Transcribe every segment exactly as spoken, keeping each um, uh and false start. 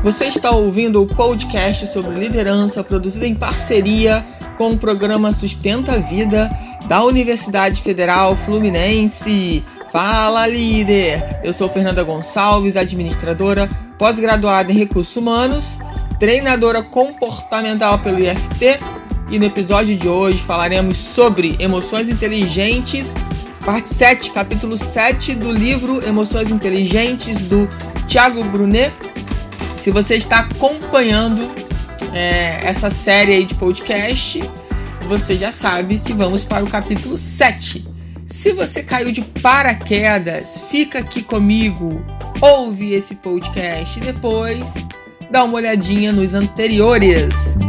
Você está ouvindo o podcast sobre liderança, produzido em parceria com o programa Sustenta a Vida da Universidade Federal Fluminense. Fala, líder! Eu sou Fernanda Gonçalves, administradora, pós-graduada em Recursos Humanos, treinadora comportamental pelo I F T, e no episódio de hoje falaremos sobre emoções inteligentes, parte sete, capítulo sete do livro Emoções Inteligentes, do Thiago Brunet. Se você está acompanhando é, essa série aí de podcast, você já sabe que vamos para o capítulo sete. Se você caiu de paraquedas, fica aqui comigo, ouve esse podcast e depois dá uma olhadinha nos anteriores.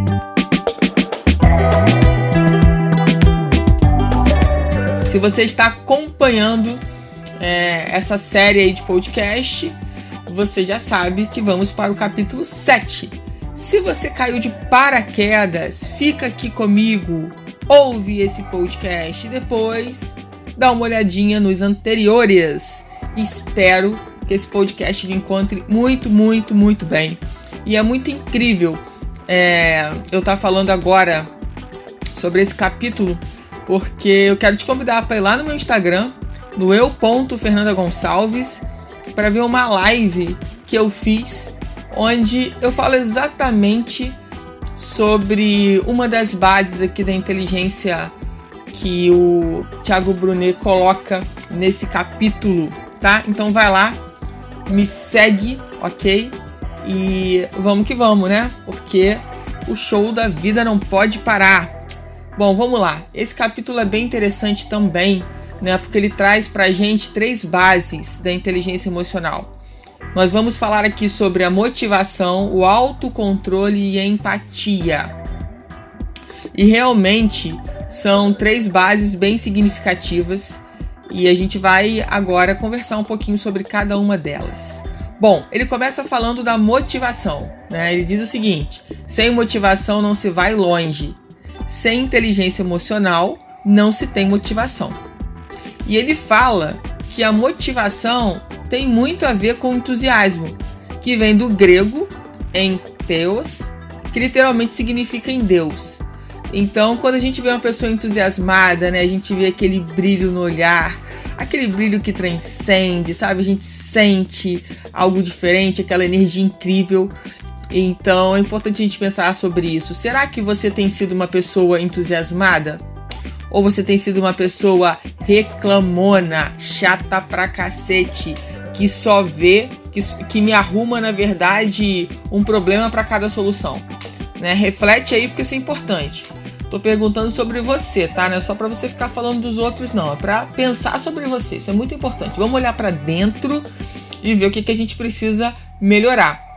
Se você está acompanhando é, essa série aí de podcast, você já sabe que vamos para o capítulo sete. Se você caiu de paraquedas, fica aqui comigo, ouve esse podcast e depois dá uma olhadinha nos anteriores. Espero que esse podcast lhe encontre muito, muito, muito bem. E é muito incrível é, eu estar falando agora sobre esse capítulo, porque eu quero te convidar para ir lá no meu Instagram, no eu ponto fernanda gonçalves, para ver uma live que eu fiz, onde eu falo exatamente sobre uma das bases aqui da inteligência que o Thiago Brunet coloca nesse capítulo, tá? Então vai lá, me segue, ok? E vamos que vamos, né? Porque o show da vida não pode parar. Bom, vamos lá. Esse capítulo é bem interessante também, né? Porque ele traz pra gente três bases da inteligência emocional. Nós vamos falar aqui sobre a motivação, o autocontrole e a empatia. E realmente são três bases bem significativas e a gente vai agora conversar um pouquinho sobre cada uma delas. Bom, ele começa falando da motivação, né? Ele diz o seguinte: sem motivação não se vai longe. Sem inteligência emocional não se tem motivação. E ele fala que a motivação tem muito a ver com entusiasmo, que vem do grego entheos, que literalmente significa em Deus. Então, quando a gente vê uma pessoa entusiasmada, né, a gente vê aquele brilho no olhar, aquele brilho que transcende, sabe? A gente sente algo diferente, aquela energia incrível. Então, é importante a gente pensar sobre isso. Será que você tem sido uma pessoa entusiasmada? Ou você tem sido uma pessoa reclamona, chata pra cacete, que só vê, que, que me arruma, na verdade, um problema para cada solução? Né? Reflete aí, porque isso é importante. Tô perguntando sobre você, tá? Não é só pra você ficar falando dos outros, não. É pra pensar sobre você. Isso é muito importante. Vamos olhar pra dentro e ver o que, que a gente precisa melhorar.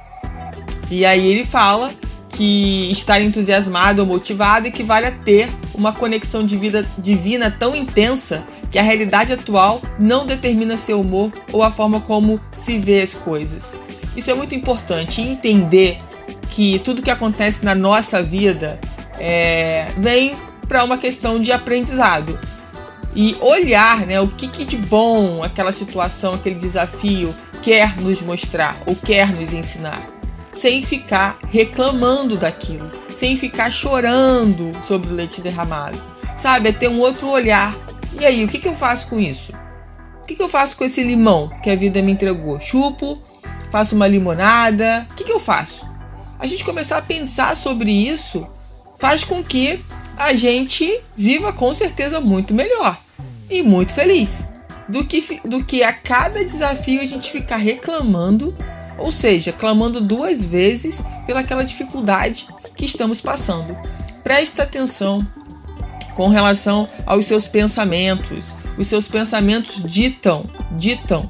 E aí ele fala que estar entusiasmado ou motivado equivale a ter uma conexão de vida divina tão intensa que a realidade atual não determina seu humor ou a forma como se vê as coisas. Isso é muito importante, entender que tudo que acontece na nossa vida é, vem para uma questão de aprendizado. E olhar, né, o que, que de bom aquela situação, aquele desafio quer nos mostrar ou quer nos ensinar. Sem ficar reclamando daquilo, sem ficar chorando sobre o leite derramado. Sabe, é ter um outro olhar. E aí, o que, que eu faço com isso? O que, que eu faço com esse limão que a vida me entregou? Chupo? Faço uma limonada? O que, que eu faço? A gente começar a pensar sobre isso faz com que a gente viva com certeza muito melhor e muito feliz do que, do que a cada desafio a gente ficar reclamando, ou seja, clamando duas vezes pelaquela dificuldade que estamos passando. Presta atenção com relação aos seus pensamentos. Os seus pensamentos ditam, ditam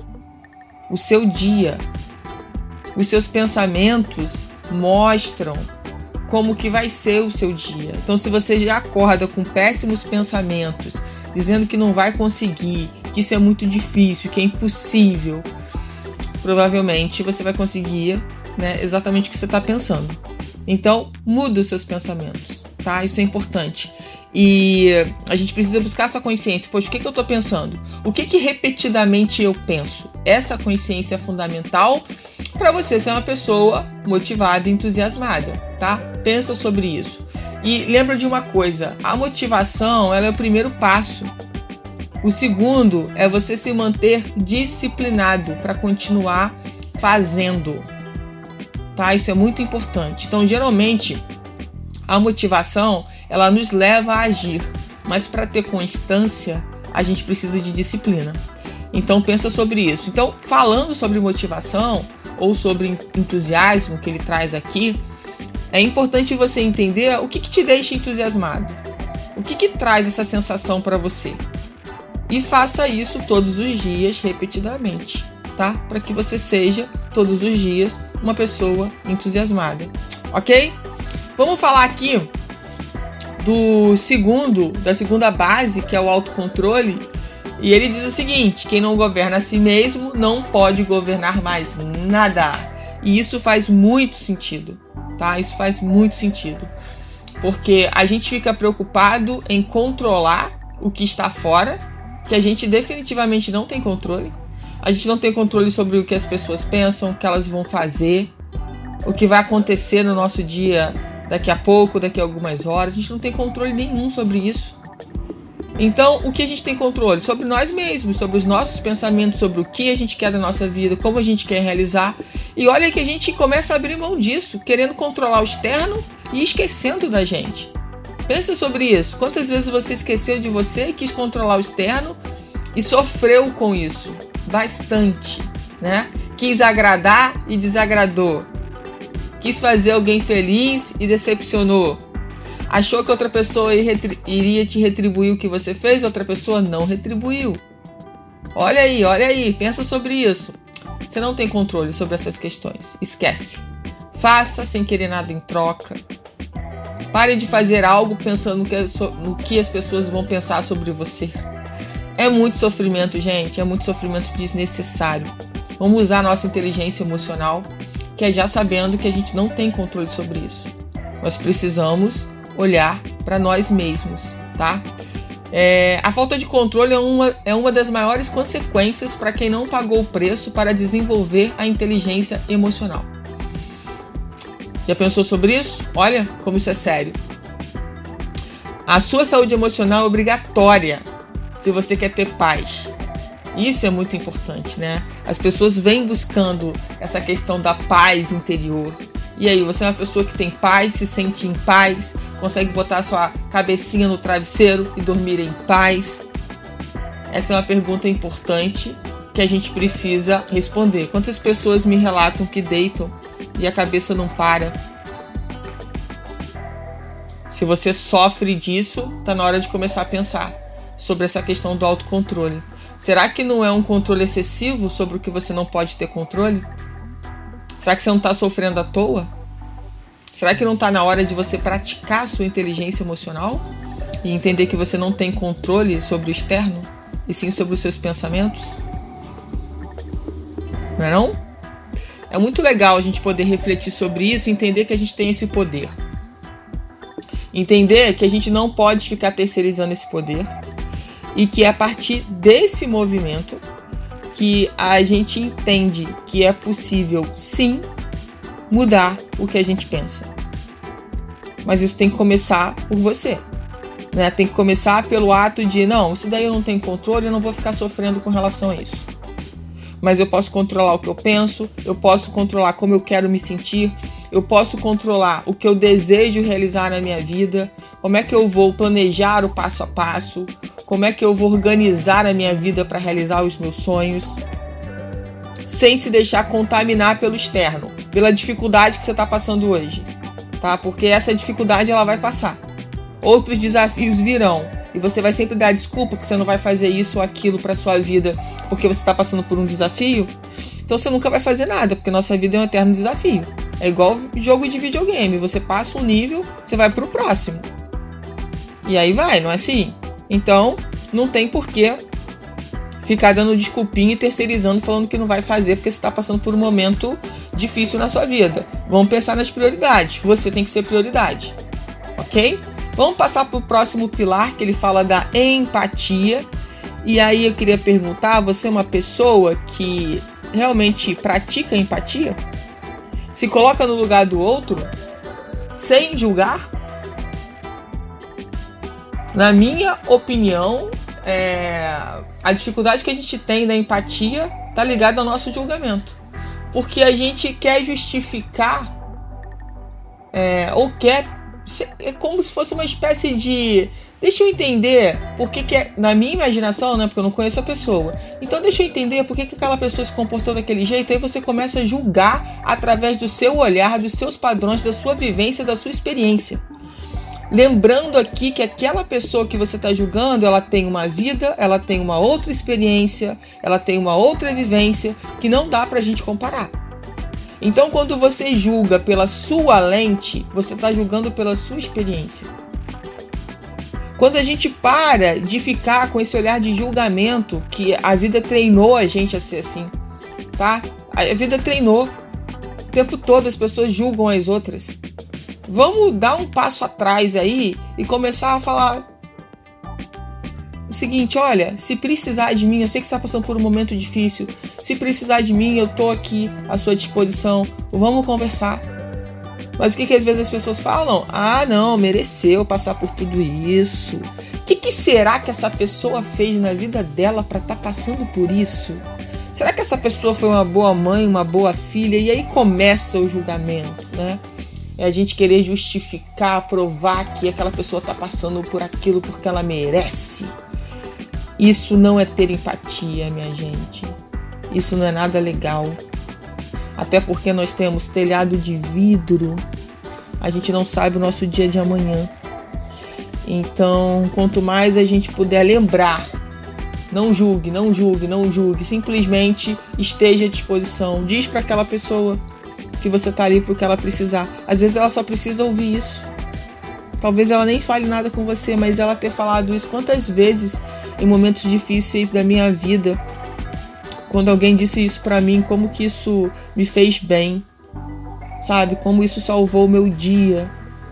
o seu dia. Os seus pensamentos mostram como que vai ser o seu dia. Então, se você já acorda com péssimos pensamentos, dizendo que não vai conseguir, que isso é muito difícil, que é impossível, provavelmente você vai conseguir, né, exatamente o que você está pensando. Então, muda os seus pensamentos, tá? Isso é importante. E a gente precisa buscar essa consciência. Poxa, o que, que eu estou pensando? O que, que repetidamente eu penso? Essa consciência é fundamental para você ser uma pessoa motivada e entusiasmada, tá? Pensa sobre isso. E lembra de uma coisa, a motivação, ela é o primeiro passo. O segundo é você se manter disciplinado para continuar fazendo, tá? Isso é muito importante. Então, geralmente, a motivação, ela nos leva a agir, mas para ter constância, a gente precisa de disciplina. Então, pensa sobre isso. Então, falando sobre motivação ou sobre entusiasmo que ele traz aqui, é importante você entender o que, que te deixa entusiasmado, o que, que traz essa sensação para você. E faça isso todos os dias, repetidamente, tá? Para que você seja, todos os dias, uma pessoa entusiasmada, ok? Vamos falar aqui do segundo, da segunda base, que é o autocontrole. E ele diz o seguinte: quem não governa a si mesmo não pode governar mais nada. E isso faz muito sentido, tá? Isso faz muito sentido. Porque a gente fica preocupado em controlar o que está fora, que a gente definitivamente não tem controle. A gente não tem controle sobre o que as pessoas pensam, o que elas vão fazer, o que vai acontecer no nosso dia daqui a pouco, daqui a algumas horas. A gente não tem controle nenhum sobre isso. Então, o que a gente tem controle? Sobre nós mesmos, sobre os nossos pensamentos, sobre o que a gente quer da nossa vida, como a gente quer realizar. E olha que a gente começa a abrir mão disso, querendo controlar o externo e esquecendo da gente. Pensa sobre isso. Quantas vezes você esqueceu de você e quis controlar o externo e sofreu com isso? Bastante, né? Quis agradar e desagradou. Quis fazer alguém feliz e decepcionou. Achou que outra pessoa iria te retribuir o que você fez, outra pessoa não retribuiu. Olha aí, olha aí, pensa sobre isso. Você não tem controle sobre essas questões. Esquece. Faça sem querer nada em troca. Pare de fazer algo pensando no que as pessoas vão pensar sobre você. É muito sofrimento, gente. É muito sofrimento desnecessário. Vamos usar a nossa inteligência emocional, que é já sabendo que a gente não tem controle sobre isso. Nós precisamos olhar para nós mesmos, tá? É, a falta de controle é uma, é uma das maiores consequências para quem não pagou o preço para desenvolver a inteligência emocional. Já pensou sobre isso? Olha como isso é sério. A sua saúde emocional é obrigatória se você quer ter paz. Isso é muito importante, né? As pessoas vêm buscando essa questão da paz interior. E aí, você é uma pessoa que tem paz, se sente em paz, consegue botar a sua cabecinha no travesseiro e dormir em paz? Essa é uma pergunta importante que a gente precisa responder. Quantas pessoas me relatam que deitam e a cabeça não para? Se você sofre disso, tá na hora de começar a pensar sobre essa questão do autocontrole. Será que não é um controle excessivo sobre o que você não pode ter controle? Será que você não está sofrendo à toa? Será que não está na hora de você praticar a sua inteligência emocional e entender que você não tem controle sobre o externo e sim sobre os seus pensamentos? Não é não? É muito legal a gente poder refletir sobre isso e entender que a gente tem esse poder. Entender que a gente não pode ficar terceirizando esse poder e que é a partir desse movimento que a gente entende que é possível, sim, mudar o que a gente pensa. Mas isso tem que começar por você, né? Tem que começar pelo ato de, não, isso daí eu não tenho controle, eu não vou ficar sofrendo com relação a isso. Mas eu posso controlar o que eu penso, eu posso controlar como eu quero me sentir, eu posso controlar o que eu desejo realizar na minha vida, como é que eu vou planejar o passo a passo, como é que eu vou organizar a minha vida para realizar os meus sonhos, sem se deixar contaminar pelo externo, pela dificuldade que você está passando hoje, tá? Porque essa dificuldade ela vai passar. Outros desafios virão e você vai sempre dar desculpa que você não vai fazer isso ou aquilo para sua vida porque você está passando por um desafio. Então você nunca vai fazer nada, porque nossa vida é um eterno desafio. É igual jogo de videogame, você passa um nível, você vai pro próximo. E aí vai, não é assim? Então, não tem porquê ficar dando desculpinha e terceirizando, falando que não vai fazer porque você está passando por um momento difícil na sua vida. Vamos pensar nas prioridades. Você tem que ser prioridade, ok? Vamos passar para o próximo pilar, que ele fala da empatia. E aí eu queria perguntar, você é uma pessoa que realmente pratica empatia? Se coloca no lugar do outro sem julgar? Na minha opinião, é, a dificuldade que a gente tem da empatia está ligada ao nosso julgamento. Porque a gente quer justificar é, ou quer... É como se fosse uma espécie de... Deixa eu entender por que, que é... Na minha imaginação, né? Porque eu não conheço a pessoa. Então deixa eu entender por que, que aquela pessoa se comportou daquele jeito. Aí você começa a julgar através do seu olhar, dos seus padrões, da sua vivência, da sua experiência. Lembrando aqui que aquela pessoa que você está julgando, ela tem uma vida, ela tem uma outra experiência, ela tem uma outra vivência que não dá pra gente comparar. Então, quando você julga pela sua lente, você está julgando pela sua experiência. Quando a gente para de ficar com esse olhar de julgamento, que a vida treinou a gente a ser assim, tá? A vida treinou. O tempo todo as pessoas julgam as outras. Vamos dar um passo atrás aí e começar a falar o seguinte: olha, se precisar de mim, eu sei que você está passando por um momento difícil, se precisar de mim, eu tô aqui à sua disposição, vamos conversar. Mas o que, que às vezes as pessoas falam? Ah, não, mereceu passar por tudo isso. O que, que será que essa pessoa fez na vida dela para estar tá passando por isso? Será que essa pessoa foi uma boa mãe, uma boa filha? E aí começa o julgamento, né? É a gente querer justificar, provar que aquela pessoa está passando por aquilo porque ela merece. Isso não é ter empatia, minha gente. Isso não é nada legal. Até porque nós temos telhado de vidro. A gente não sabe o nosso dia de amanhã. Então, quanto mais a gente puder lembrar, não julgue, não julgue, não julgue. Simplesmente esteja à disposição. Diz para aquela pessoa que você tá ali porque ela precisar. Às vezes ela só precisa ouvir isso. Talvez ela nem fale nada com você, mas ela ter falado isso quantas vezes em momentos difíceis da minha vida, quando alguém disse isso pra mim, como que isso me fez bem, sabe? Como isso salvou o meu dia,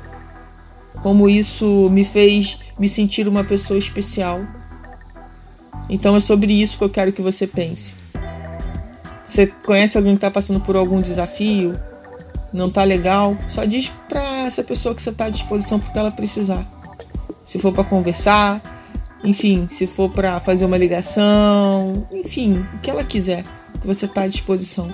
como isso me fez me sentir uma pessoa especial. Então é sobre isso que eu quero que você pense. Você conhece alguém que está passando por algum desafio, não tá legal, só diz pra essa pessoa que você tá à disposição porque ela precisar. Se for para conversar, enfim, se for para fazer uma ligação, enfim, o que ela quiser, que você tá à disposição.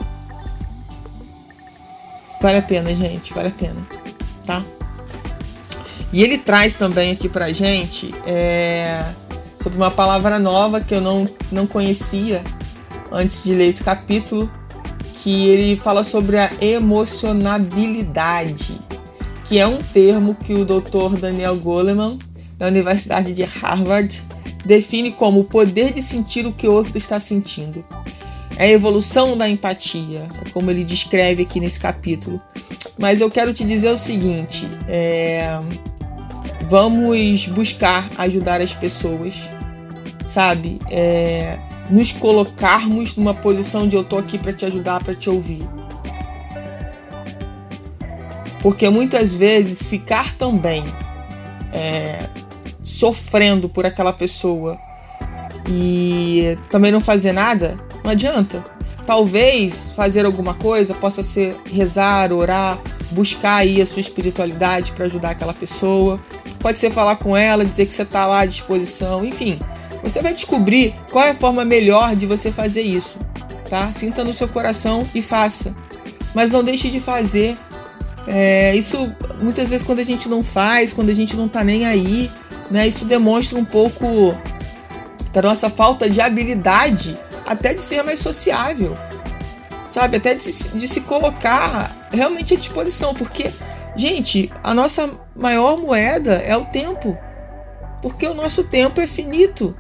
Vale a pena, gente, vale a pena, tá? E ele traz também aqui pra gente é, sobre uma palavra nova que eu não, não conhecia antes de ler esse capítulo, que ele fala sobre a emocionabilidade, que é um termo que o doutor Daniel Goleman, da Universidade de Harvard, define como o poder de sentir o que o outro está sentindo. É a evolução da empatia, como ele descreve aqui nesse capítulo. Mas eu quero te dizer o seguinte, é, vamos buscar ajudar as pessoas, sabe? É, nos colocarmos numa posição de eu tô aqui para te ajudar, para te ouvir. Porque muitas vezes ficar também é, sofrendo por aquela pessoa e também não fazer nada, não adianta. Talvez fazer alguma coisa possa ser rezar, orar, buscar aí a sua espiritualidade para ajudar aquela pessoa. Pode ser falar com ela, dizer que você está lá à disposição, enfim. Você vai descobrir qual é a forma melhor de você fazer isso, tá? Sinta no seu coração e faça. Mas não deixe de fazer. É, isso, muitas vezes, quando a gente não faz, quando a gente não tá nem aí, né? Isso demonstra um pouco da nossa falta de habilidade, até de ser mais sociável, sabe? Até de, de se colocar realmente à disposição. Porque, gente, a nossa maior moeda é o tempo. Porque o nosso tempo é finito.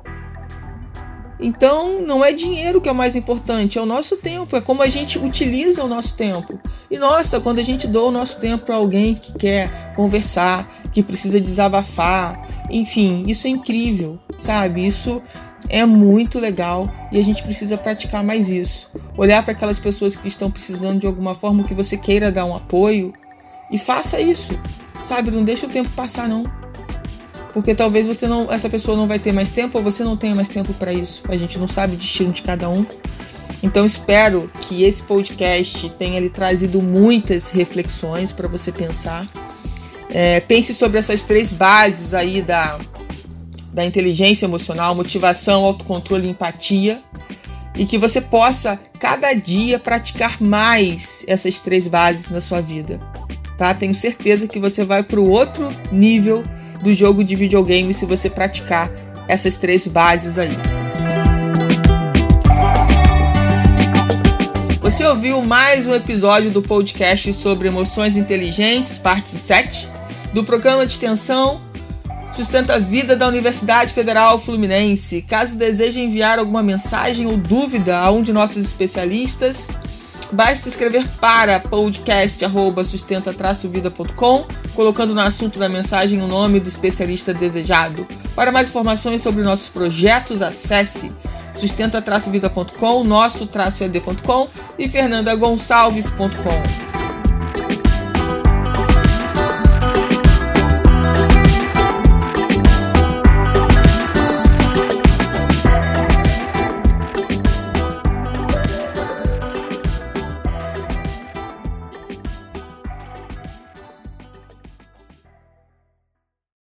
Então, não é dinheiro que é o mais importante, é o nosso tempo, é como a gente utiliza o nosso tempo. E nossa, quando a gente doa o nosso tempo para alguém que quer conversar, que precisa desabafar, enfim, isso é incrível, sabe? Isso é muito legal e a gente precisa praticar mais isso. Olhar para aquelas pessoas que estão precisando de alguma forma que você queira dar um apoio e faça isso, sabe? Não deixa o tempo passar, não. Porque talvez você não, essa pessoa não vai ter mais tempo ou você não tenha mais tempo para isso. A gente não sabe o destino de cada um. Então espero que esse podcast tenha lhe trazido muitas reflexões para você pensar. É, pense sobre essas três bases aí da, da inteligência emocional: motivação, autocontrole e empatia. E que você possa, cada dia, praticar mais essas três bases na sua vida. Tá? Tenho certeza que você vai para o outro nível do jogo de videogame se você praticar essas três bases aí. Você ouviu mais um episódio do podcast sobre emoções inteligentes, parte sete, do programa de extensão Sustenta a Vida da Universidade Federal Fluminense. Caso deseje enviar alguma mensagem ou dúvida a um de nossos especialistas, basta escrever para podcast arroba sustenta traço vida ponto com, colocando no assunto da mensagem o nome do especialista desejado. Para mais informações sobre nossos projetos, acesse sustenta traço vida ponto com, nosso traço e d ponto com e fernanda gonçalves ponto com.